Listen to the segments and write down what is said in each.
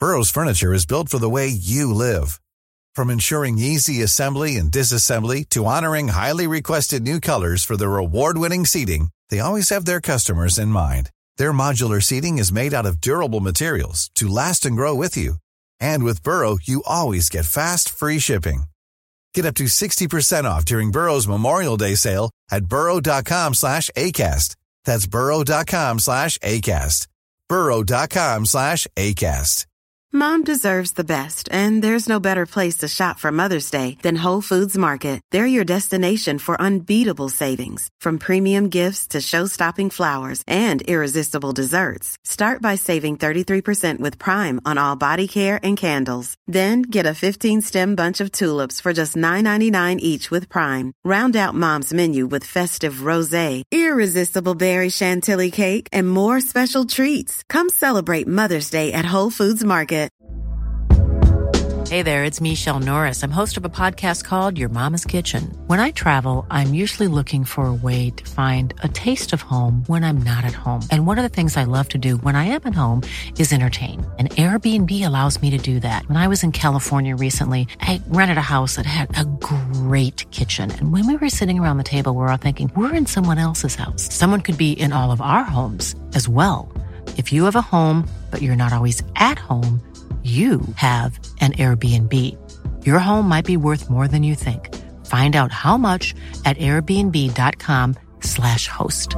Burrow's furniture is built for the way you live. From ensuring easy assembly and disassembly to honoring highly requested new colors for their award-winning seating, they always have their customers in mind. Their modular seating is made out of durable materials to last and grow with you. And with Burrow, you always get fast, free shipping. Get up to 60% off during Burrow's Memorial Day sale at burrow.com/ACAST. That's burrow.com/ACAST. burrow.com/ACAST. Mom deserves the best, and there's no better place to shop for Mother's Day than Whole Foods Market. They're your destination for unbeatable savings, from premium gifts to show-stopping flowers and irresistible desserts. Start by saving 33% with Prime on all body care and candles. Then get a 15-stem bunch of tulips for just $9.99 each with Prime. Round out Mom's menu with festive rosé, irresistible berry chantilly cake, and more special treats. Come celebrate Mother's Day at Whole Foods Market. Hey there, it's Michelle Norris. I'm host of a podcast called Your Mama's Kitchen. When I travel, I'm usually looking for a way to find a taste of home when I'm not at home. And one of the things I love to do when I am at home is entertain. And Airbnb allows me to do that. When I was in California recently, I rented a house that had a great kitchen. And when we were sitting around the table, we're all thinking, we're in someone else's house. Someone could be in all of our homes as well. If you have a home, but you're not always at home, you have an Airbnb. Your home might be worth more than you think. Find out how much at airbnb.com/host.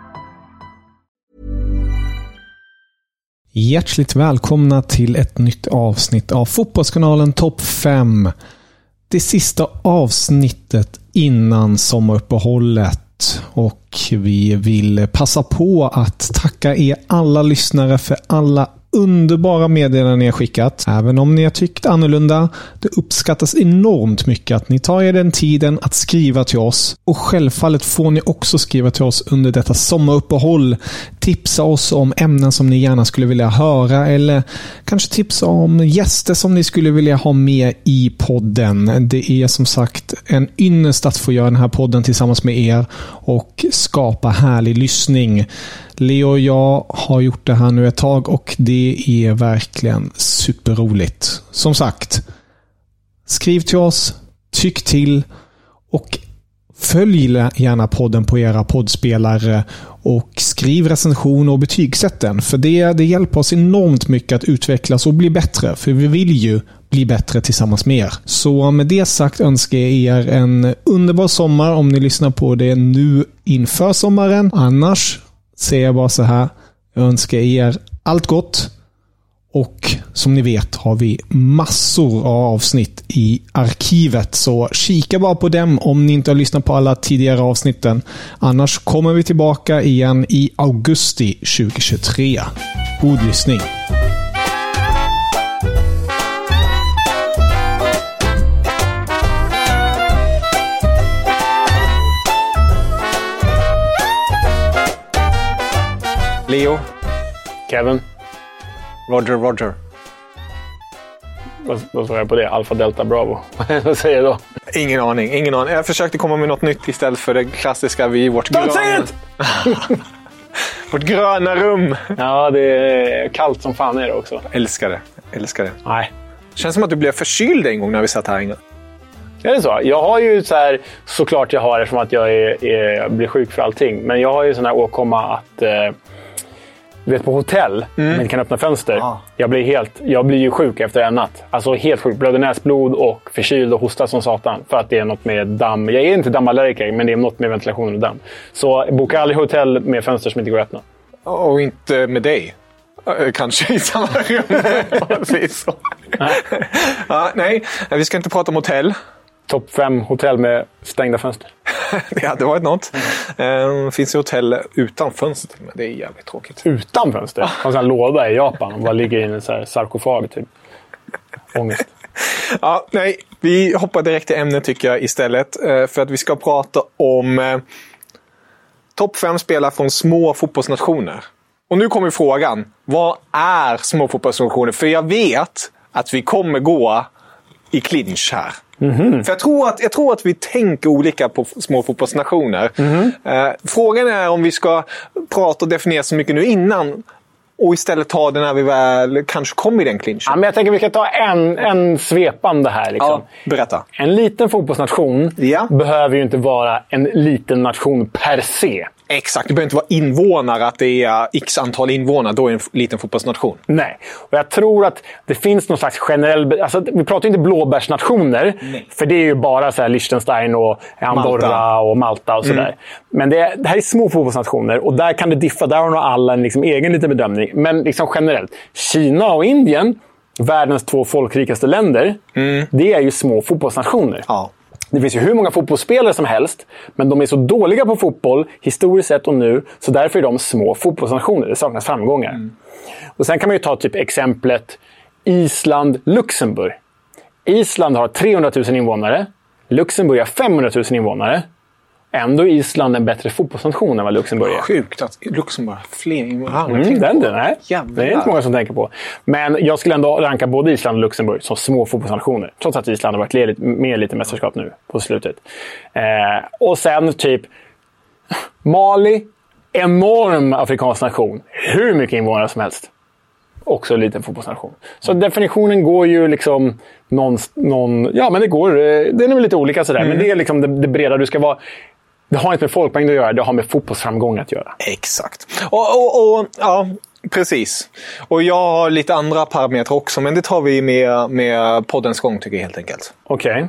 Hjärtligt välkomna till ett nytt avsnitt av Fotbollskanalen Topp 5. Det sista avsnittet innan sommaruppehållet. Och vi vill passa på att tacka er alla lyssnare för alla underbara meddelanden ni har skickat. Även om ni har tyckt annorlunda. Det uppskattas enormt mycket att ni tar er den tiden att skriva till oss. Och självfallet får ni också skriva till oss under detta sommaruppehåll. Tipsa oss om ämnen som ni gärna skulle vilja höra. Eller kanske tipsa om gäster som ni skulle vilja ha med i podden. Det är som sagt en ynnest att få göra den här podden tillsammans med er. Och skapa härlig lyssning. Leo och jag har gjort det här nu ett tag och det är verkligen superroligt. Som sagt, skriv till oss, tyck till och följ gärna podden på era poddspelare och skriv recension och betygsätt den. För det hjälper oss enormt mycket att utvecklas och bli bättre. För vi vill ju bli bättre tillsammans med er. Så med det sagt önskar jag er en underbar sommar om ni lyssnar på det nu inför sommaren. Annars säger jag bara så här. Jag önskar er allt gott. Och som ni vet har vi massor av avsnitt i arkivet. Så kika bara på dem om ni inte har lyssnat på alla tidigare avsnitten. Annars kommer vi tillbaka igen i augusti 2023. God lyssning. Leo, Kevin. Roger. Vad sa jag på det? Alfa, Delta, Bravo. Vad säger jag då? Ingen aning. Jag försökte komma med något nytt istället för det klassiska vårt gröna rum. Ja, det är kallt som fan är det också. Älskar det. Nej. Känns som att du blev förkyld en gång när vi satt här inne. Är det så? Jag har ju så här, såklart jag har eftersom att jag blir sjuk för allting. Men jag har ju sån här åkomma att vet på hotell, man inte kan öppna fönster. Jag blir ju sjuk efter en natt. Alltså helt sjuk. Blöder näsblod och förkyld och hosta som satan. För att det är något med damm. Jag är inte dammallergiker, men det är något med ventilation och damm. Så boka aldrig hotell med fönster som inte går att öppna. Och inte med dig. Kanske i samma rum. Så. Nej, vi ska inte prata om hotell. Topp 5 hotell med stängda fönster. Det hade varit något. Finns ju hotell utan fönster, men det är jävligt tråkigt. Utan fönster? Har en sån här låda i Japan och bara ligger i en så här sarkofag typ. Ångest. Ja, nej, vi hoppar direkt till ämnet tycker jag istället. För att vi ska prata om topp 5 spelare från små fotbollsnationer. Och nu kommer frågan, vad är små fotbollsnationer? För jag vet att vi kommer gå i clinch här. Mm-hmm. För jag tror att vi tänker olika på små fotbollsnationer. Mm-hmm. Frågan är om vi ska prata och definiera så mycket nu innan Och istället ta det när vi väl kanske kommer i den clinchen. Ja, men jag tänker att vi ska ta en svepande här. Liksom. Ja, berätta. En liten fotbollsnation behöver ju inte vara en liten nation per se. Exakt, det behöver inte vara invånare, att det är x antal invånare, då är det en liten fotbollsnation. Nej, och jag tror att det finns någon slags generell... Alltså, vi pratar inte blåbärsnationer, för det är ju bara så här Liechtenstein och Andorra och Malta och sådär. Men det här är små fotbollsnationer och där kan det diffa, där har nog alla en liksom egen liten bedömning. Men liksom generellt, Kina och Indien, världens 2 folkrikaste länder, det är ju små fotbollsnationer. Ja. Det finns ju hur många fotbollsspelare som helst, men de är så dåliga på fotboll, historiskt sett och nu, så därför är de små fotbollsnationer. Det saknas framgångar. Och sen kan man ju ta typ exemplet Island-Luxemburg. Island har 300 000 invånare, Luxemburg har 500 000 invånare. Ändå är Island en bättre fotbollsnation än vad Luxemburg är. Sjukt att Luxemburg har fler invånare. Det är inte många som tänker på. Men jag skulle ändå ranka både Island och Luxemburg som små fotbollsnationer. Trots att Island har varit med lite mästerskap nu på slutet. Och sen typ Mali, enorm afrikansk nation. Hur mycket invånare som helst. Också en liten fotbollsnation. Så definitionen går ju liksom ja, men det går. Det är nog lite olika sådär. Men det är liksom det breda du ska vara. Det har inte med folkmängd att göra, det har med fotbollsframgång att göra. Exakt. Och ja, precis. Och jag har lite andra parametrar också, men det tar vi med poddens gång tycker jag helt enkelt. Okej.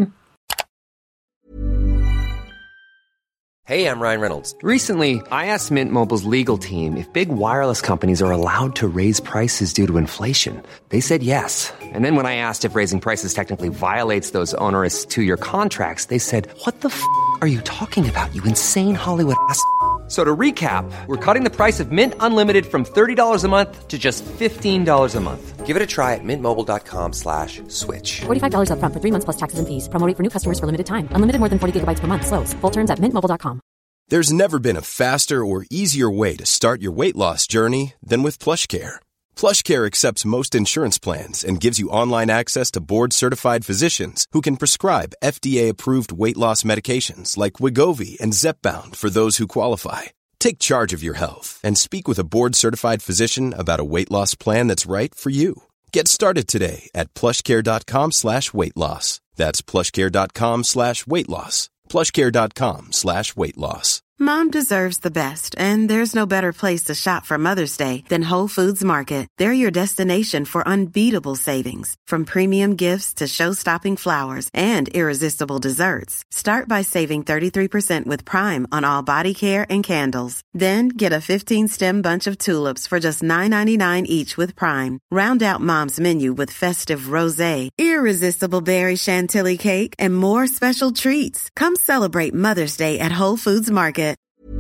Hey, I'm Ryan Reynolds. Recently, I asked Mint Mobile's legal team if big wireless companies are allowed to raise prices due to inflation. They said yes. And then when I asked if raising prices technically violates those onerous 2-year contracts, they said, "What the f*** are you talking about, you insane Hollywood ass?" So to recap, we're cutting the price of Mint Unlimited from $30 a month to just $15 a month. Give it a try at mintmobile.com/switch. $45 up front for 3 months plus taxes and fees. Promo rate for new customers for limited time. Unlimited more than 40 gigabytes per month slows. Full terms at mintmobile.com. There's never been a faster or easier way to start your weight loss journey than with PlushCare. PlushCare accepts most insurance plans and gives you online access to board-certified physicians who can prescribe FDA-approved weight loss medications like Wegovy and Zepbound for those who qualify. Take charge of your health and speak with a board-certified physician about a weight loss plan that's right for you. Get started today at plushcare.com/weightloss. That's plushcare.com/weightloss. plushcare.com/weightloss. Mom deserves the best, and there's no better place to shop for Mother's Day than Whole Foods Market. They're your destination for unbeatable savings, from premium gifts to show-stopping flowers and irresistible desserts. Start by saving 33% with Prime on all body care and candles. Then get a 15-stem bunch of tulips for just $9.99 each with Prime. Round out Mom's menu with festive rosé, irresistible berry chantilly cake, and more special treats. Come celebrate Mother's Day at Whole Foods Market.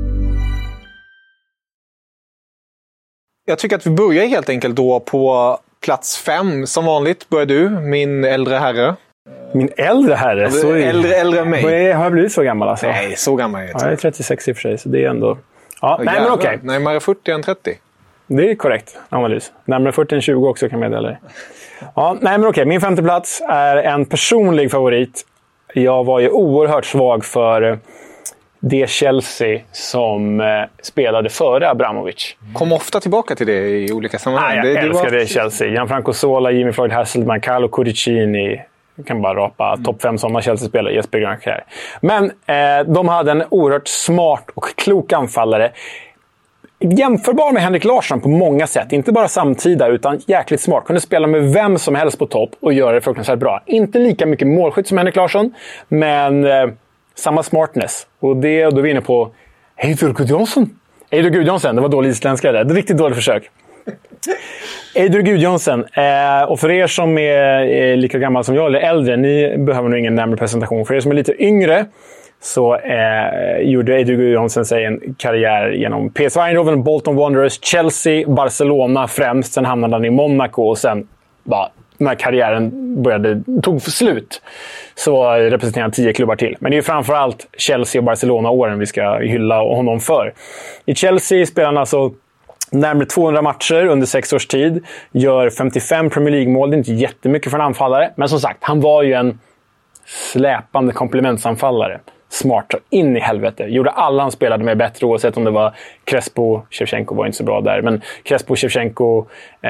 Jag tycker att vi börjar helt enkelt då på plats 5. Som vanligt börjar du, min äldre herre. Min äldre herre? Så äldre än mig. Har jag blivit så gammal alltså? Nej, så gammal är jag inte. Jag är 36 i och för sig, så det är ändå... Ja, nej, men okej. Närmare 40 än 30. Det är korrekt analys. Närmare 40 än 20 också kan jag meddela dig. Ja, nej men okej. Min 5:e plats är en personlig favorit. Jag var ju oerhört svag för det Chelsea som spelade före Abramovich. Kom ofta tillbaka till det i olika sammanhang. Jag älskade det Chelsea. Gianfranco Zola, Jimmy Floyd Hasselman, Carlo Curicini. Jag kan bara rapa topp 5 sådana Chelsea-spelare. Jesper Grönkjær. Men de hade en oerhört smart och klok anfallare. Jämförbar med Henrik Larsson på många sätt. Inte bara samtida utan jäkligt smart. Kunde spela med vem som helst på topp och göra det fruktansvärt bra. Inte lika mycket målskytt som Henrik Larsson, men samma smartness. Och då är vi inne på Eidur Gudjonsson. Eidur Gudjonsson, det var dålig isländska där. Det är riktigt dåligt försök. Eidur Gudjonsson. Och för er som är lika gammal som jag eller äldre, ni behöver nog ingen närmare presentation. För er som är lite yngre så gjorde Eidur Gudjonsson sig en karriär genom PSV Eindhoven, Bolton Wanderers, Chelsea, Barcelona främst. Sen hamnade han i Monaco och sen bara när karriären tog slut så representerar han 10 klubbar till. Men det är ju framförallt Chelsea och Barcelona-åren vi ska hylla honom för. I Chelsea spelar han alltså närmare 200 matcher under 6 års tid. Gör 55 Premier League-mål. Det är inte jättemycket för en anfallare. Men som sagt, han var ju en släpande komplementsanfallare. smart in i helvete. Gjorde alla han spelade med bättre, oavsett om det var Crespo, Shevchenko var inte så bra där, men Crespo, Shevchenko,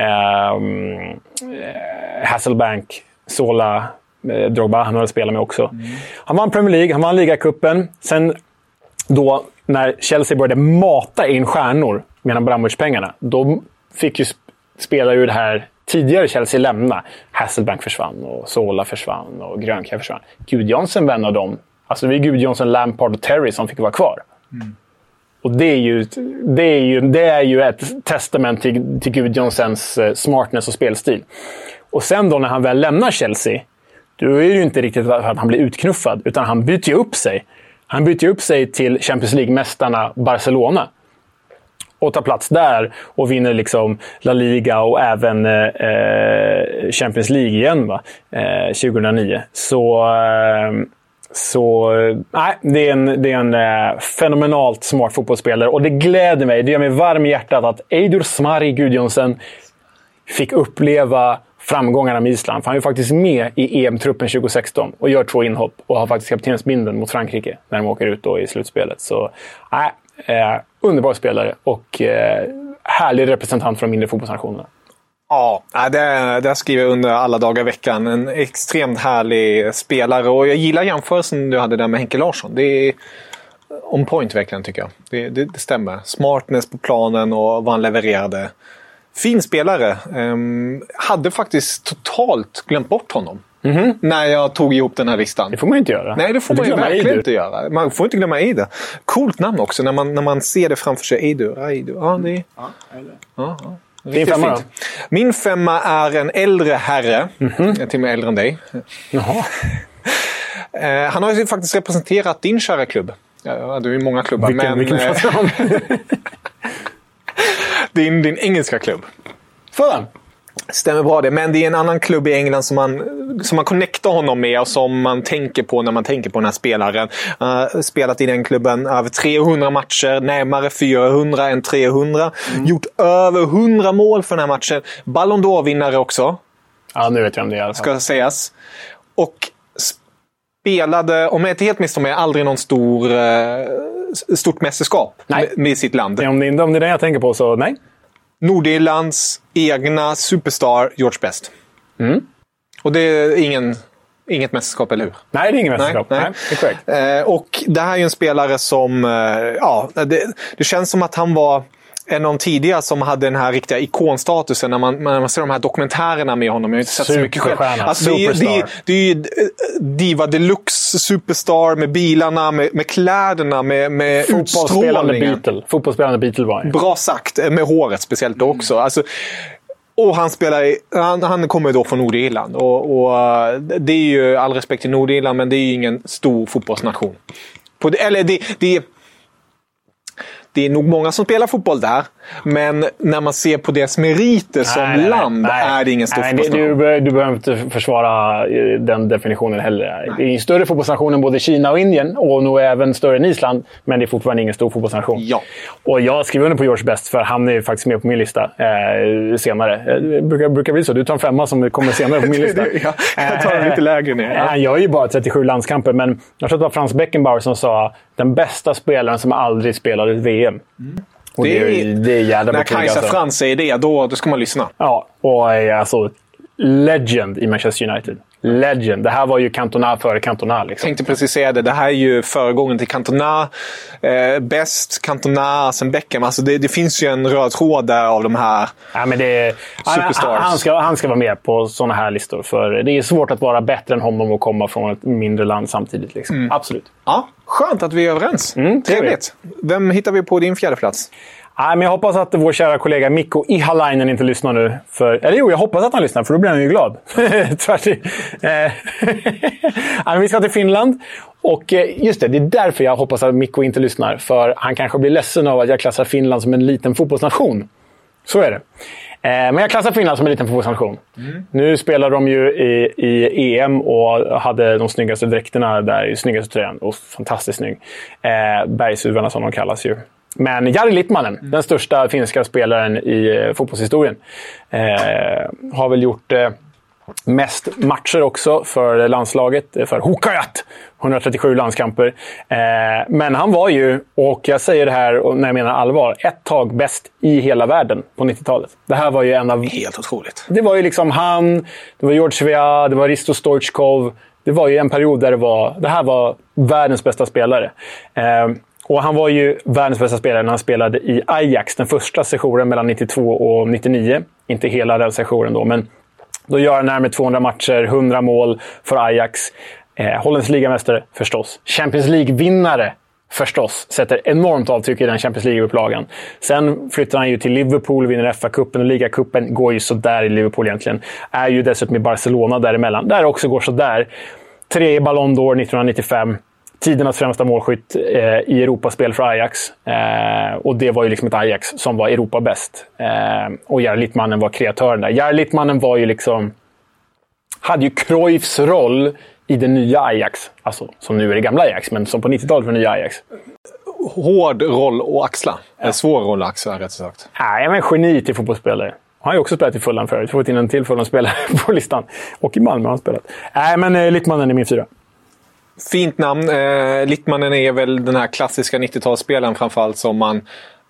Hasselbank, Zola, Drogba, han har spelat med också. Han vann Premier League, han vann ligacupen. Sen då, när Chelsea började mata in stjärnor med Abramovich-pengarna, då fick ju spelare ur det här tidigare Chelsea lämna. Hasselbank försvann och Zola försvann och Grönka försvann. Gudjonsen var en av dem. Alltså det är Gudjonsen, Lampard och Terry som fick vara kvar. Och det är ju ett testament till Gudjonsens smartness och spelstil. Och sen då när han väl lämnar Chelsea, då är det ju inte riktigt att han blir utknuffad, utan han byter ju upp sig. Han byter upp sig till Champions League-mästarna Barcelona. Och tar plats där och vinner liksom La Liga och även Champions League igen 2009. Nej, det är en fenomenalt smart fotbollsspelare. Och det gläder mig, det gör mig varm i hjärtat att Eidur Smári Gudjohnsen fick uppleva framgångarna med Island. För han är ju faktiskt med i EM-truppen 2016 och gör 2 inhopp och har faktiskt kaptensbindeln mot Frankrike när de åker ut då i slutspelet. Så underbar spelare och härlig representant för de mindre fotbollsnationerna. Ja, det skriver jag under alla dagar i veckan. En extremt härlig spelare och jag gillar jämförelsen du hade där med Henke Larsson. Det är on point verkligen tycker jag. Det stämmer. Smartness på planen och vad han levererade. Fin spelare. Hade faktiskt totalt glömt bort honom. När jag tog ihop den här listan. Det får man inte göra. Nej, det får man ju verkligen inte göra. Man får inte glömma Eidur. Coolt namn också när man ser det framför sig. Eidur. Ja, det är... Ja. Din femma då? Min femma är en äldre herre. Till och med äldre än dig. Jaha. Han har ju faktiskt representerat din kära klubb. Ja, du är i många klubbar. Vilken din engelska klubb. Fan. Stämmer bra det. Men det är en annan klubb i England som man connectar honom med och som man tänker på när man tänker på den här spelaren. Spelat i den klubben över 300 matcher, närmare 400 än 300. Gjort över 100 mål för den här matchen. Ballon d'Or-vinnare också. Ja, nu vet jag om det är. Ska sägas. Och spelade, om jag inte helt missar mig, aldrig någon stort mästerskap med sitt land. Nej, om det är det jag tänker på så nej. Nordirlands egna superstar George Best. Och det är inget mästerskap, eller hur? Nej, det är inget mästerskap. Nej, det är korrekt. Och det här är ju en spelare som... det känns som att han var en av de tidiga som hade den här riktiga ikonstatusen när man ser de här dokumentärerna med honom. Jag har inte sett så mycket själv. Alltså, det är ju Diva Deluxe superstar med bilarna, med kläderna, med utstrålningen. Fotbollsspelande Beatle var jag. Bra sagt, med håret speciellt då också. Alltså, och han kommer då från Nordirland. Och det är ju all respekt till Nordirland, men det är ju ingen stor fotbollsnation. Det är nog många som spelar fotboll där. Men när man ser på deras meriter som land är det ingen stor fotbollsnation. Du behöver inte försvara den definitionen heller. Det är en större fotbollsnation än både Kina och Indien. Och nog även större än Island. Men det är fortfarande ingen stor fotbollsnation. Ja. Och jag skriver under på George Best för han är faktiskt med på min lista senare. Det brukar bli så. Du tar en 5 som kommer senare på min lista. Jag tar den lite lägre ner. Ja. Jag är ju bara 37 landskamper. Men jag tror att det var Frans Beckenbauer som sa den bästa spelaren som aldrig spelade VM. Och det är jävla när Kajsa Frans säger det, då ska man lyssna. Ja, och alltså legend i Manchester United. Legend. Det här var ju Cantona före Cantona. Liksom. Tänkte precis säga det. Det här är ju föregången till Cantona. Bäst Cantona, sen Beckham. Alltså det finns ju en röd tråd där av de här superstars. Han ska vara med på såna här listor. För det är svårt att vara bättre än honom och komma från ett mindre land samtidigt. Liksom. Absolut. Ja, skönt att vi är överens. Trevligt. Vem hittar vi på din 4:e plats? Nej, men jag hoppas att vår kära kollega Mikko Ihalainen inte lyssnar nu. Jag hoppas att han lyssnar, för då blir han ju glad. Vi ska till Finland. Och just det är därför jag hoppas att Mikko inte lyssnar. För han kanske blir ledsen av att jag klassar Finland som en liten fotbollsnation. Så är det. Men jag klassar Finland som en liten fotbollsnation. Nu spelar de ju i EM och hade de snyggaste dräkterna där i snyggaste tröjan. Och fantastiskt snygg. Bergshuvarna som de kallas ju. Men Jari Litmanen, den största finska spelaren i fotbollshistorien, har väl gjort mest matcher också för landslaget, för Hukajat. 137 landskamper. Men han var ju, och jag säger det här när jag menar allvar, ett tag bäst i hela världen på 90-talet. Det här var ju en av... Helt otroligt. Det var ju liksom han, det var George Weah, det var Risto Stoichkov. Det var ju en period där det här var världens bästa spelare. Och han var ju världens bästa spelare när han spelade i Ajax, den första sessionen mellan 92 och 99. Inte hela den sessionen då, men då gör han närmare 200 matcher, 100 mål för Ajax. Hollands ligamästare förstås. Champions League-vinnare förstås. Sätter enormt avtryck i den Champions League-upplagan. Sen flyttar han ju till Liverpool, vinner FA-cupen och ligacupen. Går ju så där i Liverpool egentligen. Är ju dessutom i Barcelona däremellan. Där också går så där. 3 i Ballon d'Or 1995. Tidernas främsta målskytt i Europaspel för Ajax. Och det var ju liksom ett Ajax som var Europa bäst. Och Jari Litmanen var kreatören där. Jari Litmanen var ju liksom... hade ju Cruyffs roll i det nya Ajax. Alltså, som nu är det gamla Ajax, men som på 90-talet var det nya Ajax. Hård roll att axla. En svår roll att axla, rätt sagt. Nej, men geni till fotbollsspelare. Han har ju också spelat i Fulham förut. Fått in en till Fulham-spelare på listan. Och i Malmö har han spelat. Nej, men Littmannen är min 4. Fint namn. Littmannen är väl den här klassiska 90-talsspelaren framförallt som man...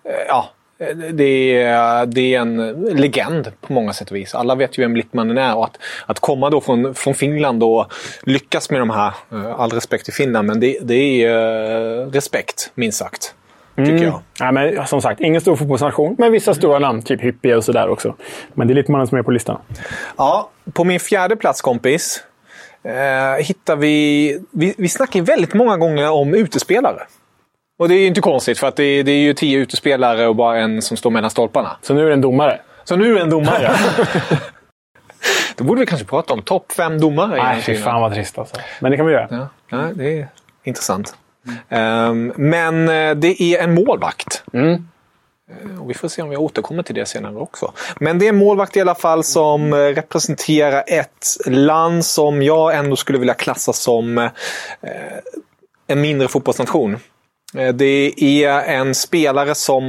Det är en legend på många sätt och vis. Alla vet ju vem Littmannen är. Och att komma då från Finland och lyckas med de här... all respekt till Finland, men det är respekt, minst sagt. Tycker jag. Ja, men som sagt, ingen stor fotbollsnation, men vissa stora namn, typ Hyppie och sådär också. Men det är Littmannen som är på listan. Ja, på min 4:e plats, kompis, hittar vi snackar väldigt många gånger om utespelare. Och det är ju inte konstigt, för att det är ju 10 utespelare och bara en som står mellan stolparna. Så nu är det en domare? Ja. Då borde vi kanske prata om topp 5 domare. Nej, fy fan vad trist alltså. Men det kan vi göra. Ja, det är intressant. Men det är en målvakt. Och vi får se om vi återkommer till det senare också. Men det är en målvakt i alla fall som representerar ett land som jag ändå skulle vilja klassa som en mindre fotbollsnation. Det är en spelare som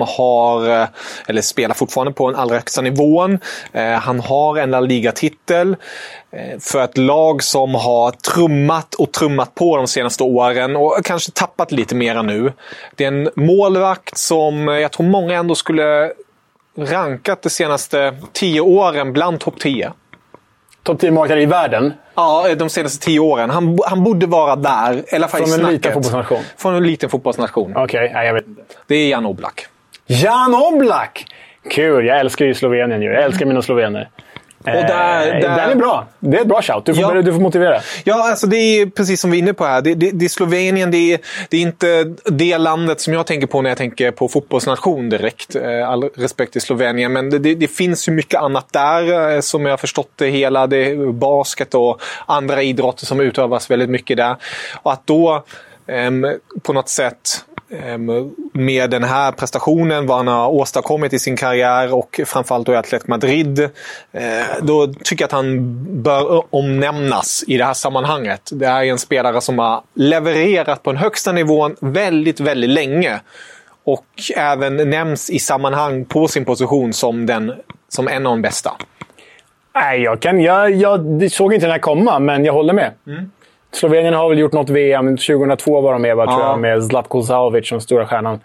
spelar fortfarande på den allra högsta nivån. Han har en La Liga-titel för ett lag som har trummat på de senaste åren och kanske tappat lite mera nu. Det är en målvakt som jag tror många ändå skulle rankat de senaste 10 åren bland topp 10. Topp 10 målvakter i världen? Ja, de senaste 10 åren. Han borde vara där. Eller från en liten fotbollsnation? Från en liten fotbollsnation. Okej, jag vet inte. Det är Jan Oblak. Jan Oblak! Kul, jag älskar ju Slovenien ju. Jag älskar mina slovener. Och den är bra. Det är ett bra shout. Du får motivera. Ja, alltså det är precis som vi är inne på här. Det är Slovenien. Det är inte det landet som jag tänker på när jag tänker på fotbollsnation direkt. All respekt till Slovenien. Men det finns ju mycket annat där som jag har förstått det hela. Det är basket och andra idrotter som utövas väldigt mycket där. Och att då på något sätt med den här prestationen, vad han har åstadkommit i sin karriär och framförallt då i Atletico Madrid, då tycker jag att han bör omnämnas i det här sammanhanget. Det är en spelare som har levererat på den högsta nivån väldigt, väldigt länge och även nämns i sammanhang på sin position som en av de bästa. Nej, jag såg inte den här komma, men jag håller med. Slovenien har väl gjort något VM. 2002 var de med, tror jag, med Zlatko Zahovic som stora stjärnan.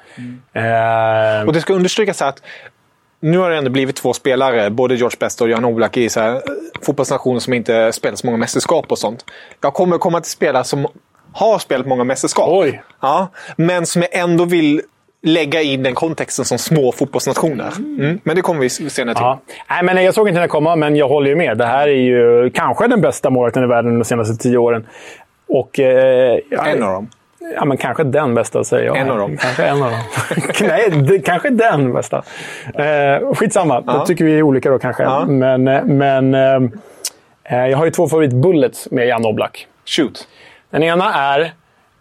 Och det ska understrykas att nu har det ändå blivit 2 spelare, både George Best och Jan Oblak, i så här fotbollsnationer som inte spelar så många mästerskap och sånt. Jag kommer komma till spelare som har spelat många mästerskap. Oj. Ja, men som jag ändå vill lägga in den kontexten som små fotbollsnationer. Men det kommer vi senare till. Ja. Nej, men jag såg inte den här komma, men jag håller ju med. Det här är ju kanske den bästa målvakten i världen de senaste 10 åren. Och, en av dem. Ja, men kanske den bästa, säger jag. En av dem. Kanske en av dem. Nej, kanske den bästa. Skitsamma. Då tycker vi är olika då kanske. Ja. Men jag har ju 2 favoritbullets med Jan Oblak. Shoot. Den ena är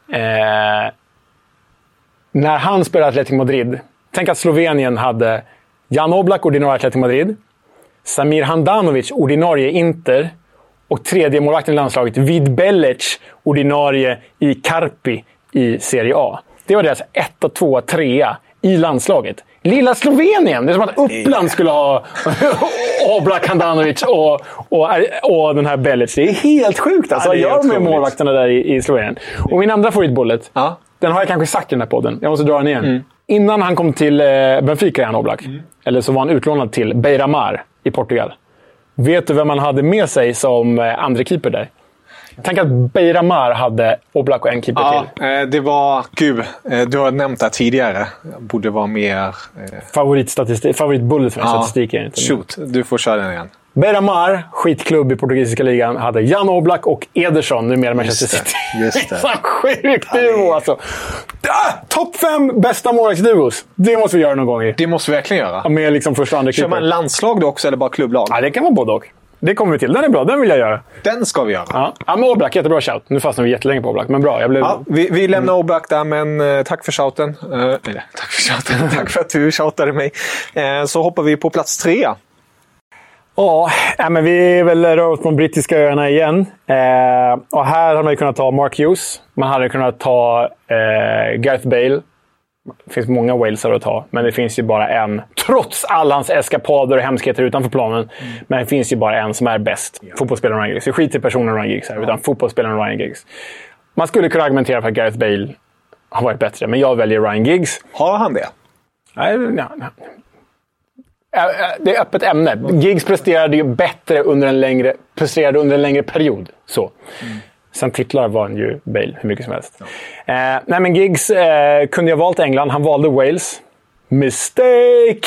när han spelade Atletico Madrid. Tänk att Slovenien hade Jan Oblak, ordinarie Atletico Madrid. Samir Handanovic, ordinarie Inter. Och 3:e målvakten i landslaget, Vid Belic, ordinarie i Carpi i Serie A. Det var deras 1, 2, 3 i landslaget. Lilla Slovenien. Det är som att Uppland skulle ha Oblak, Handanovic och den här Belic. Det är helt sjukt. Alltså, jag gör med målvakterna där i Slovenien. Och min andra favoritbullet, den har jag kanske sagt i den här podden. Jag måste dra den igen. Innan han kom till Benfica, Jan Oblak. Eller så var han utlånad till Beira-Mar i Portugal. Vet du vem man hade med sig som andra keeper där? Tänk att Beira-Mar hade Oblak och en keeper till. Det var... Gud, du har nämnt det tidigare. Borde vara mer... Favoritbullet för statistiken. Shoot, du får köra den igen. Beira-Mar, skitklubb i portugisiska ligan, hade Jan Oblak och Ederson, numera Manchester City. Just det. Så sjukt duo alltså. Topp 5 bästa målvaktsduos. Det måste vi göra någon gång. Det måste vi verkligen göra. Med liksom första och andra keeper. Kör man landslag då också eller bara klubblag? Ja, det kan vara både och. Det kommer vi till. Den är bra, den vill jag göra. Den ska vi göra. Ja, men Oblak, jättebra shout. Nu fastnar vi jättelänge på Oblak, men bra. Vi lämnar Oblak där, men tack för shouten. Tack för shouten. Tack för att du shoutade mig. Så hoppar vi på plats 3. Ja, men vi är väl rört på de brittiska öarna igen. Och här hade man kunnat ta Mark Hughes. Man hade kunnat ta Gareth Bale. Det finns många Walesare att ta, men det finns ju bara en. Trots alla hans eskapader och hemskheter utanför planen. Men det finns ju bara en som är bäst. Fotbollsspelaren Ryan Giggs. Vi skiter i personen Ryan Giggs här, utan fotbollsspelaren Ryan Giggs. Man skulle kunna argumentera för att Gareth Bale har varit bättre, men jag väljer Ryan Giggs. Har han det? Nej. Det är öppet ämne. Giggs presterade ju bättre under en längre period. Så. Sen titlar var han ju Bale hur mycket som helst. Nej, men Giggs kunde jag valt England. Han valde Wales. Mistake!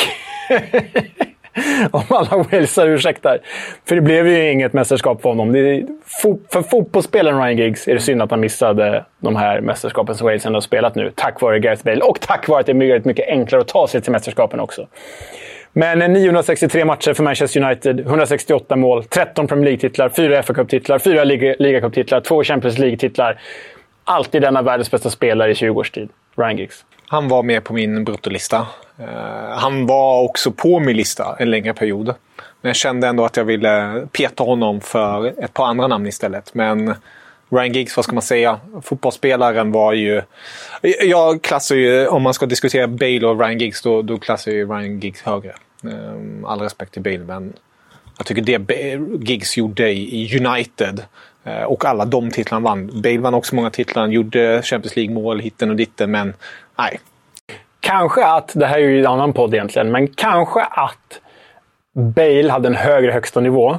Om alla Walesar ursäktar. För det blev ju inget mästerskap för honom. För fotbollsspelaren Ryan Giggs är det synd att han missade de här mästerskapen som Wales ändå har spelat nu. Tack vare Gareth Bale. Och tack vare att det är mycket enklare att ta sig till mästerskapen också. Men 963 matcher för Manchester United, 168 mål, 13 Premier League-titlar, 4 FA-cup-titlar, 4 Liga-cup-titlar, 2 Champions League-titlar. Alltid denna världens bästa spelare i 20 års tid. Ryan Giggs. Han var med på min bruttolista. Han var också på min lista en längre period. Men jag kände ändå att jag ville peta honom för ett par andra namn istället. Men Ryan Giggs, vad ska man säga? Fotbollsspelaren var ju... Jag klassar ju, om man ska diskutera Bale och Ryan Giggs, då klassar ju Ryan Giggs högre. All respekt till Bale, men jag tycker det Giggs gjorde i United och alla de titlar han vann. Bale vann också många titlar, han gjorde Champions League-mål, hitten och ditten, men nej. Kanske att, det här är ju en annan podd egentligen, men kanske att Bale hade en högre högsta nivå,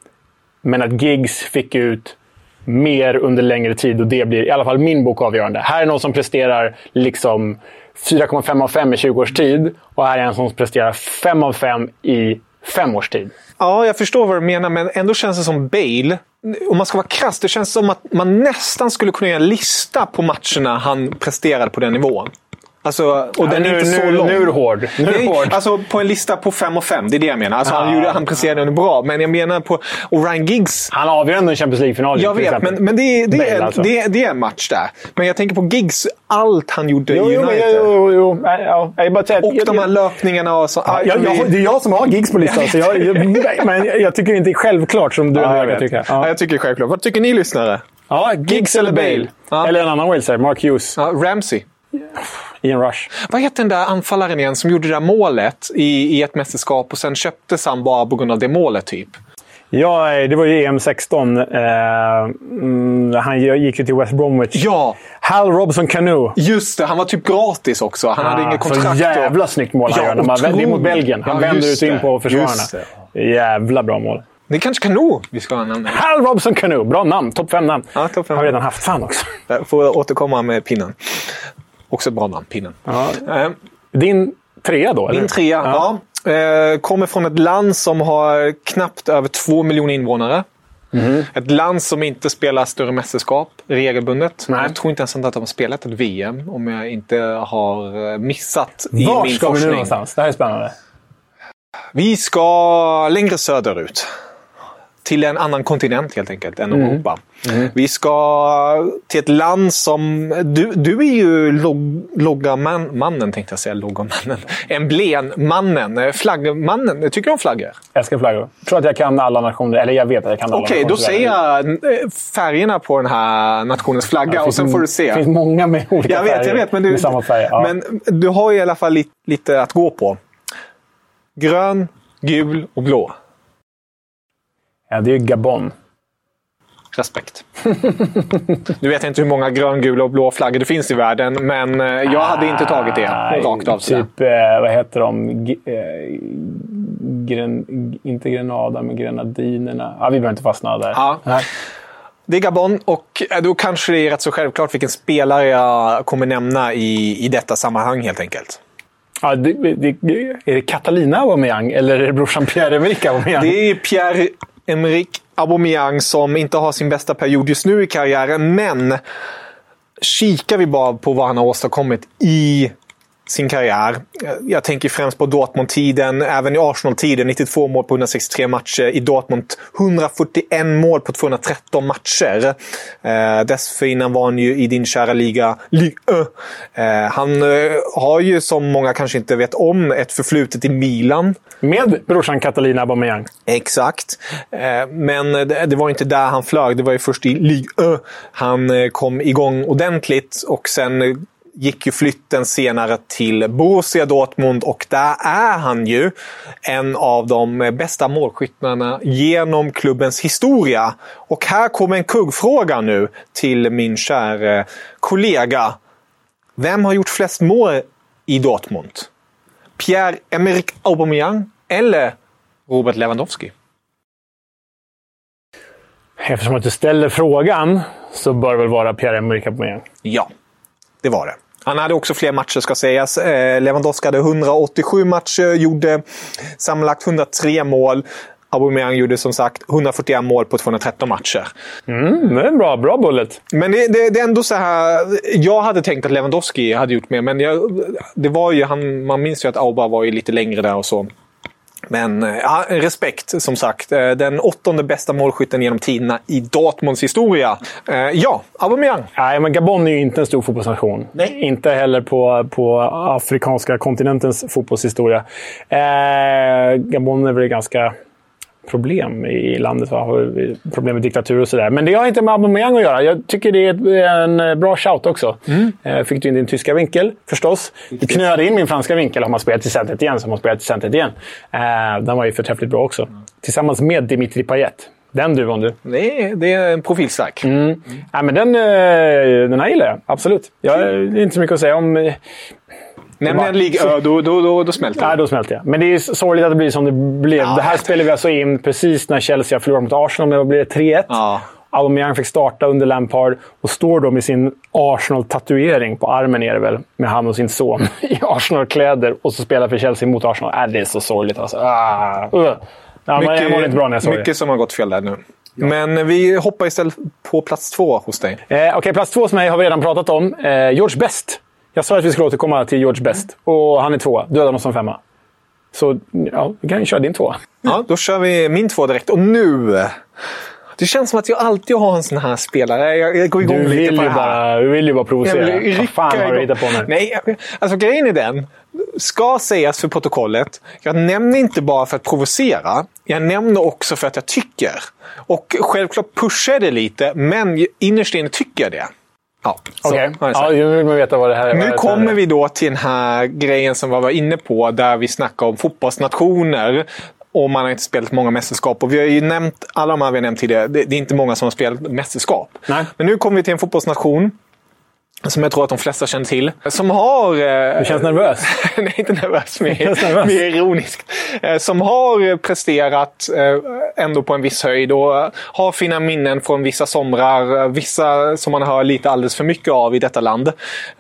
men att Giggs fick ut mer under längre tid, och det blir i alla fall min bok avgörande. Här är någon som presterar liksom 4,5 av 5 i 20 års tid, och här är en som presterar 5 av 5 i 5 års tid. Ja, jag förstår vad du menar, men ändå känns det som Bale, om man ska vara krass, det känns som att man nästan skulle kunna göra en lista på matcherna han presterade på den nivån. Alltså, och den är inte så lång. Nu är det hård. Alltså på en lista på 5 av 5, det är det jag menar. Alltså, han presterade den bra, men jag menar på... Och Ryan Giggs... Han avgör ändå en Champions League-final. Jag vet, men det är en match där. Men jag tänker på Giggs, allt han gjorde i United. Jo. Jag bara säger, och de här löpningarna och så... det är jag som har Giggs på listan. Så men jag tycker inte självklart som du jag tycker. Ja, jag tycker självklart. Vad tycker ni lyssnare? Ja, Giggs eller Bale. Ja. Eller en annan Walesare, Mark Hughes. Ja, Ramsey. Ian Rush. Vad heter den där anfallaren igen som gjorde det där målet i ett mästerskap och sen köptes han bara på grund av det målet typ? Ja, det var ju EM16. Han gick ju till West Bromwich. Ja! Hal Robson-Kanu. Just det, han var typ gratis också. Han hade ingen kontrakt. Så jävla snyggt mål han gör. Det är mot Belgien. Han vänder ut in på försvararna. Jävla bra mål. Det är kanske Kanu vi ska ha namn. Hal Robson-Kanu. Bra namn. Topp 5 namn. Ja, topp 5. Har redan haft fan också. Jag får återkomma med pinnen. Också bra namn, pinnen. Ja. Din 3 då? Eller? Min 3, ja. Kommer från ett land som har knappt över 2 miljoner invånare. Ett land som inte spelar större mästerskap regelbundet. Nej. Jag tror inte ens att de har spelat ett VM, om jag inte har missat i min forskning. Var ska vi nu någonstans? Det här är spännande. Vi ska längre söderut. till en annan kontinent helt enkelt än Europa. Vi ska till ett land som... Du är ju loggamannen tänkte jag säga. Loggamannen. Emblemmannen. Flaggmannen. Tycker du om flaggor? Jag älskar flaggor. Jag tror att jag kan alla nationer. Eller jag vet att jag kan alla nationer. Okej, då säger jag färgerna på den här nationens flagga och sen får du se. Det finns många med olika färger. Jag vet, men med samma färg. Ja. Men du har i alla fall lite att gå på. Grön, gul och blå. Ja, det är ju Gabon. Respekt. Nu vet jag inte hur många grön, gula och blå flaggor det finns i världen, men jag hade inte tagit det rakt av. Typ, vad heter de? Inte Grenada, men Grenadinerna. Ja, vi behöver inte fastna där. Ja. Det är Gabon och då kanske det är rätt så självklart vilken spelare jag kommer nämna i detta sammanhang helt enkelt. Ja, är det Catalina Aubameyang eller är det brorsan Pierre-Emerick Aubameyang? Det är Pierre-Emerick Aubameyang som inte har sin bästa period just nu i karriären, men kikar vi bara på vad han har åstadkommit i sin karriär. Jag tänker främst på Dortmund-tiden, även i Arsenal-tiden, 92 mål på 163 matcher. I Dortmund 141 mål på 213 matcher. Dessförinnan var han ju i din kära liga Ligue 1. Han har ju, som många kanske inte vet om, ett förflutet i Milan. Med brorsan Catalina Aubameyang. Exakt. Men det var inte där han flög. Det var ju först i Ligue 1 han kom igång ordentligt och sen gick ju flytten senare till Borussia Dortmund och där är han ju en av de bästa målskyttarna genom klubbens historia. Och här kommer en kuggfråga nu till min kära kollega. Vem har gjort flest mål i Dortmund? Pierre-Emerick Aubameyang eller Robert Lewandowski? Eftersom att du ställer frågan så bör det väl vara Pierre-Emerick Aubameyang. Ja, det var det. Han hade också fler matcher ska sägas. Lewandowski hade 187 matcher, gjorde sammanlagt 103 mål. Aubameyang gjorde som sagt 141 mål på 213 matcher. Det är en bra bullet. Men det är ändå så här. Jag hade tänkt att Lewandowski hade gjort mer, men det var ju man minns ju att Auba var ju lite längre där och så. Men ja, respekt som sagt. Den 8:e bästa målskytten genom tiderna i Dortmunds historia. Ja, Aubameyang. Nej, men Gabon är ju inte en stor fotbollsnation. Nej. Inte heller på afrikanska kontinentens fotbollshistoria. Gabon är väl ganska problem i landet. Har problem med diktatur och sådär. Men det har inte med Aubameyang att göra. Jag tycker det är en bra shout också. Fick du in din tyska vinkel, förstås. Du knöade in min franska vinkel om man spelat till centret igen, som man spelat till centret igen. Den var ju förträffligt bra också. Tillsammans med Dimitri Payet. Den duon du. Nej, det är en profilstark. Ja, men den här gillar jag. Absolut. Jag har inte så mycket att säga om... Nämligen då smälter jag. Ja, då smälter jag. Men det är sorgligt att det blir som det blev. Ja, det här spelar vi alltså in precis när Chelsea förlorade mot Arsenal. Men vad blir det? 3-1. Ja. Aubameyang fick starta under Lampard och står då med sin Arsenal-tatuering på armen är det väl, med han och sin son i Arsenal-kläder och så spelar för Chelsea mot Arsenal. Det är så sorgligt alltså. Ja, mycket, inte bra när jag såg mycket som har gått fel där nu. Ja. Men vi hoppar istället på plats 2 hos dig. Okej, plats 2 som jag har vi redan pratat om. George Best. Jag sa att vi skulle återkomma till George Best. Och han är 2. Du hade honom som 5. Så ja, vi kan ju köra din 2. Ja, då kör vi min 2 direkt. Och nu... Det känns som att jag alltid har en sån här spelare. Jag går igång lite på det här. Du vill ju bara provocera. Vad fan har du hittat på nu? Nej, alltså grejen är den. Ska sägas för protokollet. Jag nämner inte bara för att provocera. Jag nämner också för att jag tycker. Och självklart pushar det lite. Men innerst inne tycker jag det. Ja, okej. Ja, nu vill man veta vad det här är. Nu kommer vi då till den här grejen som vi var inne på. Där vi snackar om fotbollsnationer. Och man har inte spelat många mästerskap. Och vi har ju nämnt, alla de här vi har nämnt tidigare, det är inte många som har spelat mästerskap. Nej. Men nu kommer vi till en fotbollsnation som jag tror att de flesta känner till. Som har... Du känns nervös? Nej, inte nervös. Mer ironiskt. Som har presterat ändå på en viss höjd. Och har fina minnen från vissa somrar. Vissa som man hör lite alldeles för mycket av i detta land.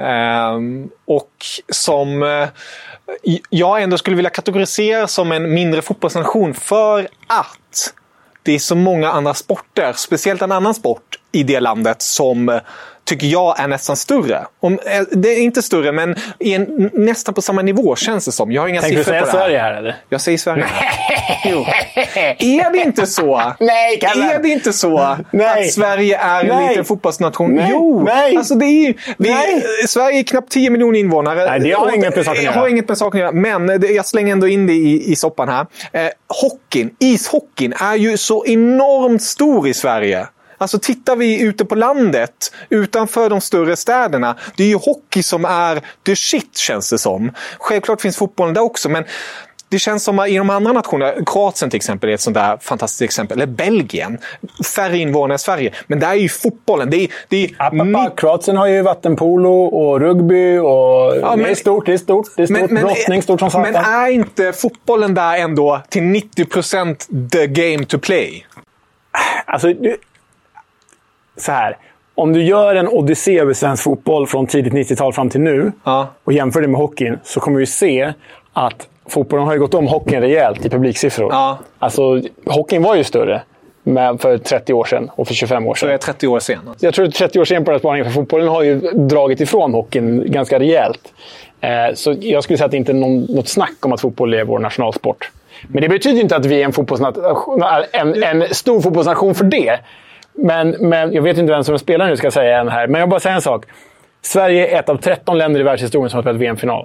Och som... jag ändå skulle vilja kategorisera som en mindre fotbollsnation för att det är så många andra sporter, speciellt en annan sport i det landet som tycker jag är nästan större. Det är inte större, men nästan på samma nivå känns det som. Jag har inga siffror på det här. Tänker du säga Sverige här, eller? Jag säger Sverige. Jo. Är det inte så? Nej, Kalle. Är det inte så att Sverige är en liten fotbollsnation? Nej. Jo. Nej. Alltså Sverige är knappt 10 miljoner invånare. Nej, det har inget med saken att göra. Jag har inget med saken att göra. Men jag slänger ändå in det i soppan här. Ishockeyn är ju så enormt stor i Sverige. Alltså tittar vi ute på landet, utanför de större städerna, det är ju hockey som är the shit, känns det som. Självklart finns fotbollen där också, men det känns som att i de andra nationerna, Kroatien till exempel är ett sånt där fantastiskt exempel, eller Belgien, färre invånare i Sverige, men där är ju fotbollen. Kroatien har ju vattenpolo och rugby och det är stort, brottning, stort som satan. Men är inte fotbollen där ändå till 90% the game to play? Alltså, så här. Om du gör en odyssé över svensk fotboll från tidigt 90-tal fram till nu och jämför det med hockeyn, så kommer vi se att fotbollen har ju gått om hockeyn rejält i publiksiffror. Ja. Alltså, hockeyn var ju större för 30 år sedan och för 25 år sedan. Så är 30 år sen? Alltså. Jag tror att 30 år sen på den här spaningen, för fotbollen har ju dragit ifrån hockeyn ganska rejält. Så jag skulle säga att det inte är något snack om att fotboll är vår nationalsport. Men det betyder inte att vi är en stor fotbollsnation för det. Men jag vet inte vem som spelar nu, ska jag säga här. Men jag bara säga en sak. Sverige är ett av 13 länder i världshistorien som har spelat VM-final.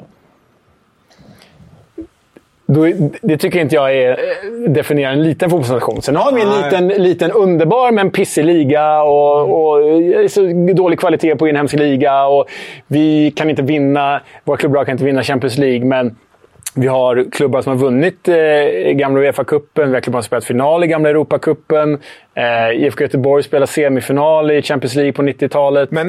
Det tycker inte jag definierar en liten fotbollsnation. Sen har vi en liten underbar men pissig liga och så dålig kvalitet på inhemsk liga. Och vi kan inte vinna, våra klubbar kan inte vinna Champions League, men vi har klubbar som har vunnit gamla UEFA-cupen. Vi har klubbar som har spelat final i gamla Europa-cupen. IFK Göteborg spelar semifinal i Champions League på 90-talet. Men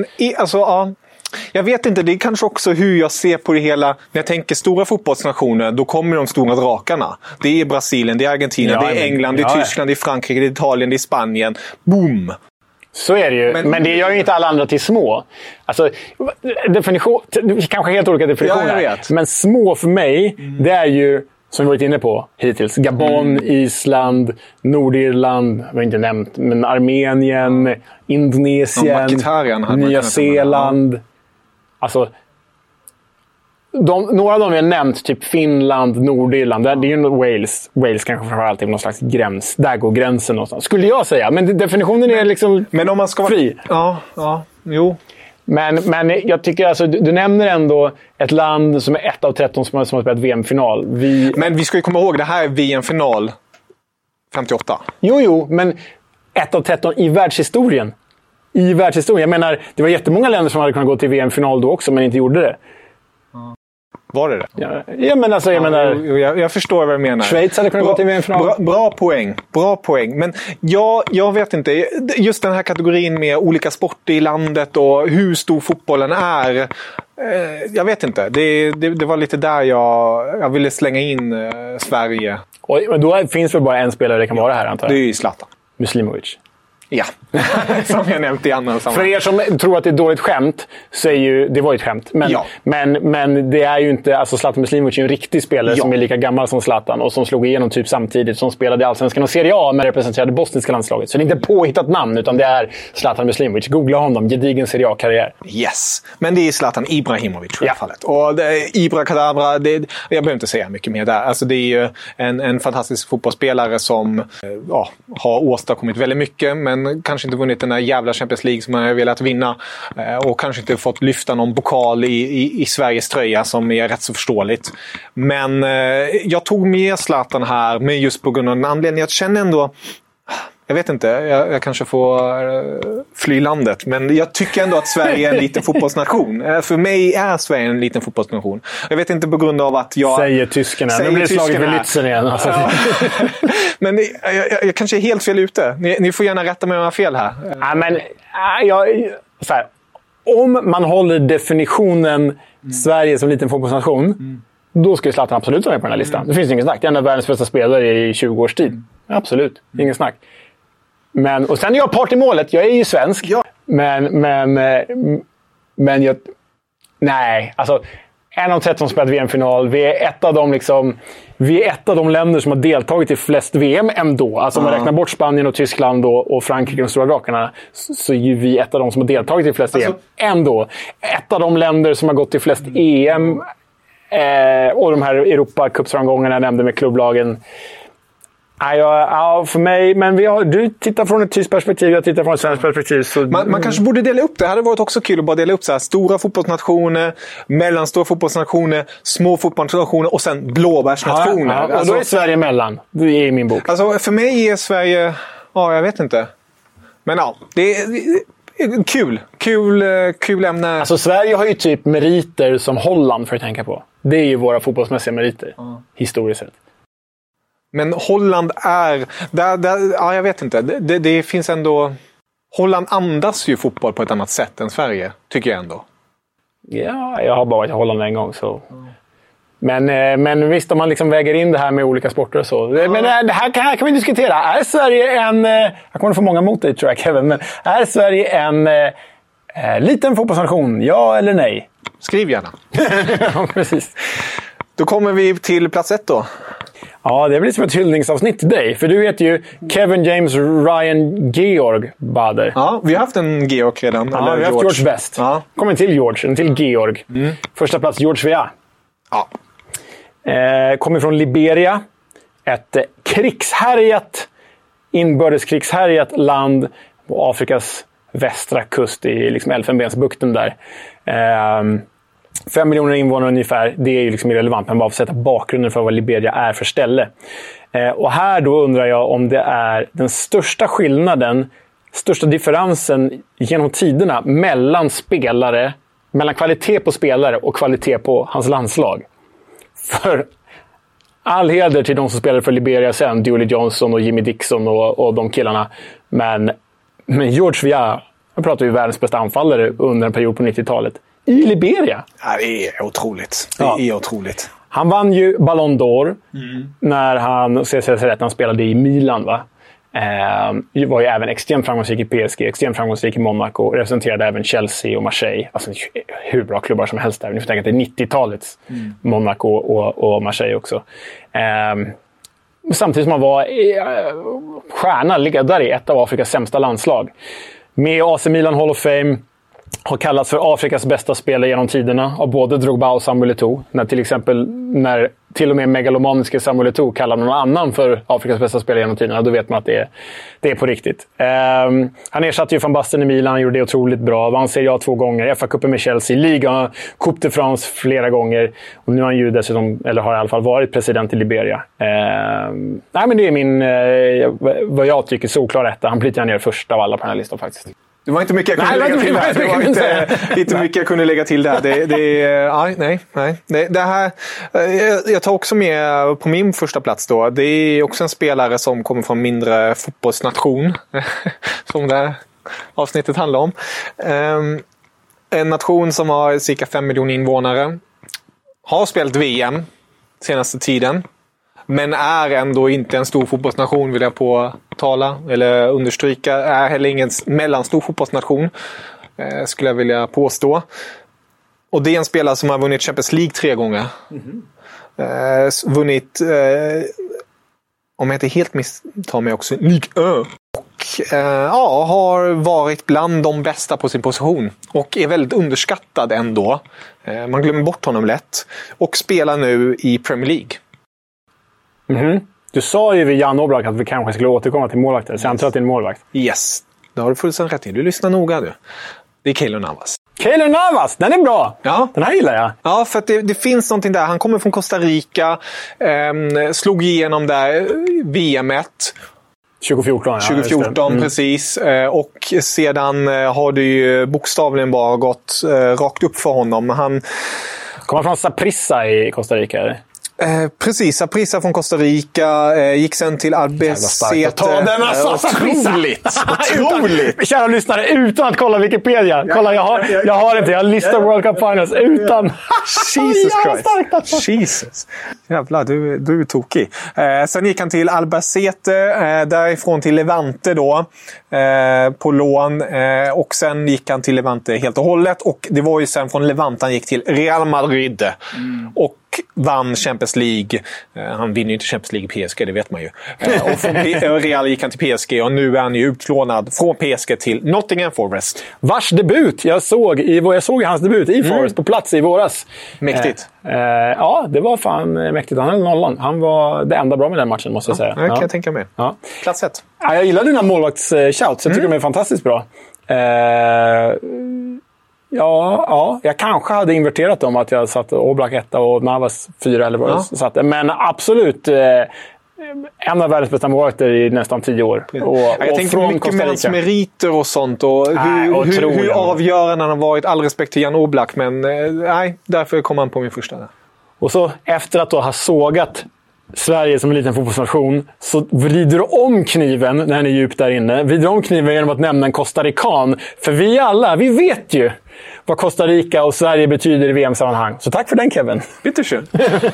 jag vet inte, det är kanske också hur jag ser på det hela. När jag tänker stora fotbollsnationer, då kommer de stora drakarna. Det är Brasilien, det är Argentina, det är England, det är Tyskland, det är Frankrike, det är Italien, det är Spanien. Boom! Så är det ju, men det gör ju inte alla andra till små. Alltså, kanske helt olika definitioner. Men små för mig, det är ju, som vi varit inne på hittills, Gabon, Island, Nordirland, jag har inte nämnt, men Armenien, Indonesien, Nya Zeeland. Alltså, några av dem vi har nämnt, typ Finland, Nordirland, det är ju Wales. Wales kanske framförallt är någon slags gräns. Där går gränsen någonstans, skulle jag säga. Men definitionen är liksom men om man ska fri. Jo. Men jag tycker alltså, du nämner ändå ett land som är ett av 13 som har spelat VM-final. Men vi ska ju komma ihåg, det här är VM-final 58. Jo, men ett av 13 i världshistorien. Jag menar, det var jättemånga länder som hade kunnat gå till VM-final då också, men inte gjorde det. Var det? Ja, men alltså, jag förstår vad du menar. Schweiz hade kunnat gå till VM-final. Bra poäng. Men jag vet inte. Just den här kategorin med olika sporter i landet och hur stor fotbollen är. Jag vet inte. Det var lite där jag ville slänga in Sverige. Men då finns väl bara en spelare det kan vara här, antar jag. Det är ju Zlatan Muslimovic. Ja, som jag nämnt i andra sammanhang. För er som tror att det är ett dåligt skämt, så är ju det var ett skämt. Men det är ju inte, alltså Zlatan Muslimovic är en riktig spelare som är lika gammal som Zlatan och som slog igenom typ samtidigt, som spelade i Allsvenskan och Serie A men representerade bosniska landslaget. Så det är inte påhittat namn, utan det är Zlatan Muslimovic. Googla honom, gedigen Serie A-karriär. Yes, men det är Zlatan Ibrahimovic i fallet. Och Ibra Kadabra, jag behöver inte säga mycket mer där. Alltså det är ju en fantastisk fotbollsspelare som har åstadkommit väldigt mycket, men kanske inte vunnit den där jävla Champions League som man har velat vinna. Och kanske inte fått lyfta någon pokal i Sveriges tröja, som är rätt så förståeligt. Men jag tog med Zlatan här, men just på grund av en anledning. Jag känner ändå... Jag vet inte, jag kanske får fly landet. Men jag tycker ändå att Sverige är en liten fotbollsnation. För mig är Sverige en liten fotbollsnation. Jag vet inte på grund av att jag... Säger tyskarna. Nu blir det slaget vid Lützen igen. Alltså. Ja. Men jag kanske är helt fel ute. Ni får gärna rätta mig om jag har fel här. Ja, men så här, om man håller definitionen Sverige som liten fotbollsnation, då ska ju Zlatan absolut vara med på den här listan. Det finns ingen snack. Det är en av världens bästa spelare i 20 års tid. Absolut, ingen snack. Och sen är jag part i målet. Jag är ju svensk. Ja. Men jag... Nej, alltså... en av 13 som spelat VM-final. Vi är ett av de länder som har deltagit i flest VM ändå. Alltså om man räknar bort Spanien och Tyskland och Frankrike, de stora drakarna, så är vi ett av de som har deltagit i flest VM ändå. Ett av de länder som har gått i flest EM och de här Europacups-framgångarna jag nämnde med klubblagen. Ja, för mig, men du tittar från ett tyskt perspektiv, jag tittar från ett svenskt perspektiv. Så... Man kanske borde dela upp det. Det hade varit också kul att bara dela upp så här: stora fotbollsnationer, mellanstora fotbollsnationer, små fotbollsnationer och sen blåbärsnationer. Och då är Sverige mellan. Det är i min bok. Alltså, för mig är Sverige... Ja, jag vet inte. Men ja, det är kul ämne. Alltså, Sverige har ju typ meriter som Holland för att tänka på. Det är ju våra fotbollsmässiga meriter, historiskt sett. Men Holland är... ja, jag vet inte. Det finns ändå... Holland andas ju fotboll på ett annat sätt än Sverige, tycker jag ändå. Ja, jag har bara varit i Holland en gång. Så. Men visst, om man liksom väger in det här med olika sporter och så. Men det här kan vi diskutera. Är Sverige en... Jag kommer få många mot dig, tror jag, Kevin. Men är Sverige en liten fotbollsnation? Ja eller nej? Skriv gärna. Ja, precis. Då kommer vi till plats 1 då. Ja, det blir som ett hyllningsavsnitt till dig. För du vet ju Kevin James Ryan Georg Bader. Ja, vi har haft en Georg redan. Ja, vi har haft George Best. Ja. Kommer en till George, en till Georg. Första plats George Weah. Ja. Kommer från Liberia. Ett inbördeskrigsherjat land på Afrikas västra kust i liksom Elfenbensbukten där. 5 miljoner invånare ungefär, det är ju liksom irrelevant, men bara för att sätta bakgrunden för vad Liberia är för ställe. Och här då undrar jag om det är den största skillnaden, största differensen genom tiderna mellan kvalitet på spelare och kvalitet på hans landslag. För all heder till de som spelade för Liberia sen, Dooley Johnson och Jimmy Dixon och de killarna. Men George Weah, jag pratar ju världens bästa anfallare under en period på 90-talet. I Liberia. Ja, det är otroligt. Det är otroligt. Han vann ju Ballon d'Or när han spelade i Milan, va? Var ju även extremt framgångsrik i PSG, extremt framgångsrik i Monaco, representerade även Chelsea och Marseille. Alltså hur bra klubbar som helst där. Ni får tänka att det är 90-talets Monaco och Marseille också. Samtidigt som han var stjärna, ledare i ett av Afrikas sämsta landslag. Med AC Milan Hall of Fame. Har kallats för Afrikas bästa spelare genom tiderna av både Drogba och Samuel Eto'o. När till och med megalomaniska Samuel Eto'o kallar någon annan för Afrikas bästa spelare genom tiderna, då vet man att det är på riktigt. Han ersatte ju Van Basten i Milan, han gjorde det otroligt bra. Vann Serie A 2 gånger, FA-cupen med Chelsea, Liga, Coupe de France flera gånger. Och nu har han ju dessutom, eller har i alla fall varit president i Liberia. Nej, men det är min, vad jag tycker, solklar rätta. Han blir ner första av alla på den här listan faktiskt. Det var inte mycket jag kunde lägga till där. Det var inte mycket jag kunde lägga till där. Det här, jag tar också med på min första plats då. Det är också en spelare som kommer från mindre fotbollsnation. Som det här avsnittet handlar om. En nation som har cirka 5 miljoner invånare. Har spelat VM senaste tiden. Men är ändå inte en stor fotbollsnation, vill jag påtala eller understryka. Är heller ingen mellanstor fotbollsnation, skulle jag vilja påstå. Och det är en spelare som har vunnit Champions League 3 gånger. Vunnit, om jag inte helt misstar mig också, Ligue 1. Och har varit bland de bästa på sin position. Och är väldigt underskattad ändå. Man glömmer bort honom lätt. Och spelar nu i Premier League. Du sa ju vid Jan Oblak att vi kanske skulle återkomma till målvakter. Så jag antar att det är en målvakt. Yes, det har du fullständigt rätt i. Du lyssnar noga du. Det är Keylor Navas. Keylor Navas, den är bra! Ja. Den här gillar jag. Ja, för att det finns någonting där. Han kommer från Costa Rica. Slog igenom där VM-1. 2014, precis. Och sedan har det ju bokstavligen bara gått rakt upp för honom. Han kommer från Saprissa i Costa Rica, eller? Precis, Saprissa från Costa Rica gick sen till Albacete. Otroligt! Kära lyssnare, utan att kolla Wikipedia. Kolla, jag har listat World Cup Finals utan. Jesus Christ. Jesus. Jävlar, du är tokig. Sen gick han till Albacete, därifrån till Levante då. på lån. Och sen gick han till Levante helt och hållet. Och det var ju sen från Levante han gick till Real Madrid. Och vann Champions League. Han vinner ju inte Champions League i PSG, det vet man ju. Och från Real gick han till PSG och nu är han ju utlånad från PSG till Nottingham Forest. Vars debut jag såg hans debut i Forest på plats i våras. Mäktigt. Ja, det var fan mäktigt. Han höll nollan. Han var det enda bra med den matchen, måste jag säga. Det kan jag tänka mig. Ja. Plats 1. Ja, jag gillar dina målvakts-shouts. Jag tycker de är fantastiskt bra. Ja, jag kanske hade inverterat dem att jag satt Oblak 1 och Navas 4 eller vad jag satte. Men absolut en av världens bästa målvakter i nästan 10 år. Jag tänker mycket med hans meriter och sånt och hur avgörande han har varit. All respekt till Jan Oblak, men därför kom han på min första där. Och så efter att då ha sågat Sverige som en liten fotbollsnation så vrider du om kniven när ni är djupt där inne. Vrider om kniven genom att nämna en costarican. För vi vet ju vad Costa Rica och Sverige betyder i VM-sammanhang. Så tack för den, Kevin. Bittersön.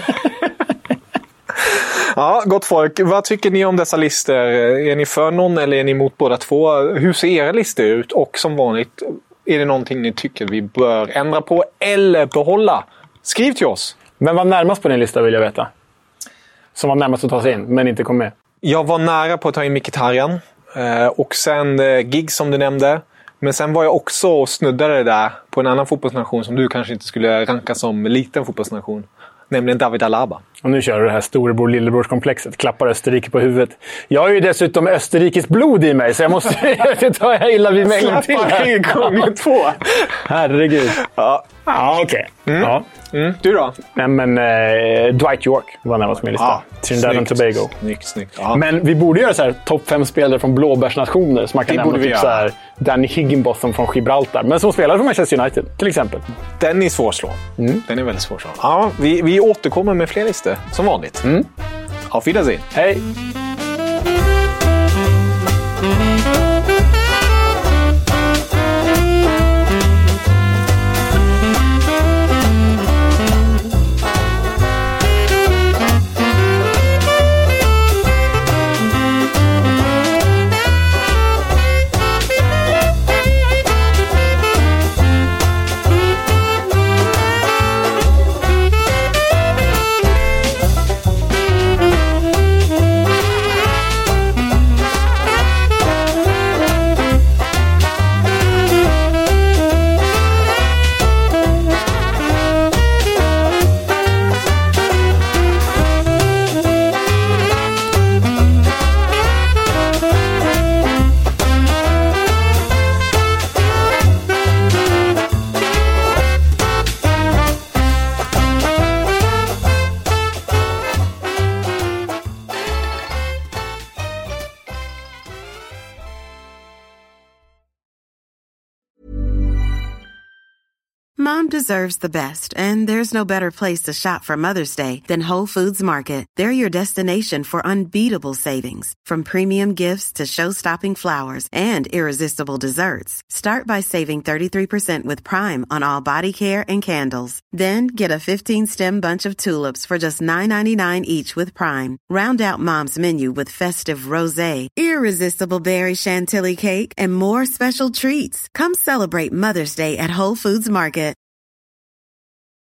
Ja, gott folk. Vad tycker ni om dessa listor? Är ni för någon eller är ni emot båda två? Hur ser era listor ut? Och som vanligt, är det någonting ni tycker vi bör ändra på eller behålla? Skriv till oss. Vem var närmast på din lista, vill jag veta? Som var närmast att ta sig in, men inte kom med. Jag var nära på att ta in Mkhitaryan. Och sen Giggs som du nämnde. Men sen var jag också och snuddade där på en annan fotbollsnation som du kanske inte skulle ranka som liten fotbollsnation. Nämligen David Alaba. Och nu kör du det här storebror-lillebrors-komplexet. Klappar Österrike på huvudet. Jag har ju dessutom Österrikes blod i mig, så jag måste ta illa vid mig en gång till. Klappar gånger 2. Herregud. Ja, okej. Okay. Ja. Du då? Nej, men Dwight York var närmast på min lista. Trinidad och Tobago. Snyggt. Ja. Men vi borde göra så här topp 5 spelare från blåbärsnationer. Så man kan nämna typ så här Danny Higginbotham från Gibraltar. Men som spelar för Manchester United, till exempel. Den är svårslå. Den är väldigt svårslå. Ja, vi återkommer med fler listor, som vanligt. Auf Wiedersehen. Hej! Mom deserves the best, and there's no better place to shop for Mother's Day than Whole Foods Market. They're your destination for unbeatable savings, from premium gifts to show-stopping flowers and irresistible desserts. Start by saving 33% with Prime on all body care and candles. Then get a 15-stem bunch of tulips for just $9.99 each with Prime. Round out Mom's menu with festive rosé, irresistible berry chantilly cake, and more special treats. Come celebrate Mother's Day at Whole Foods Market.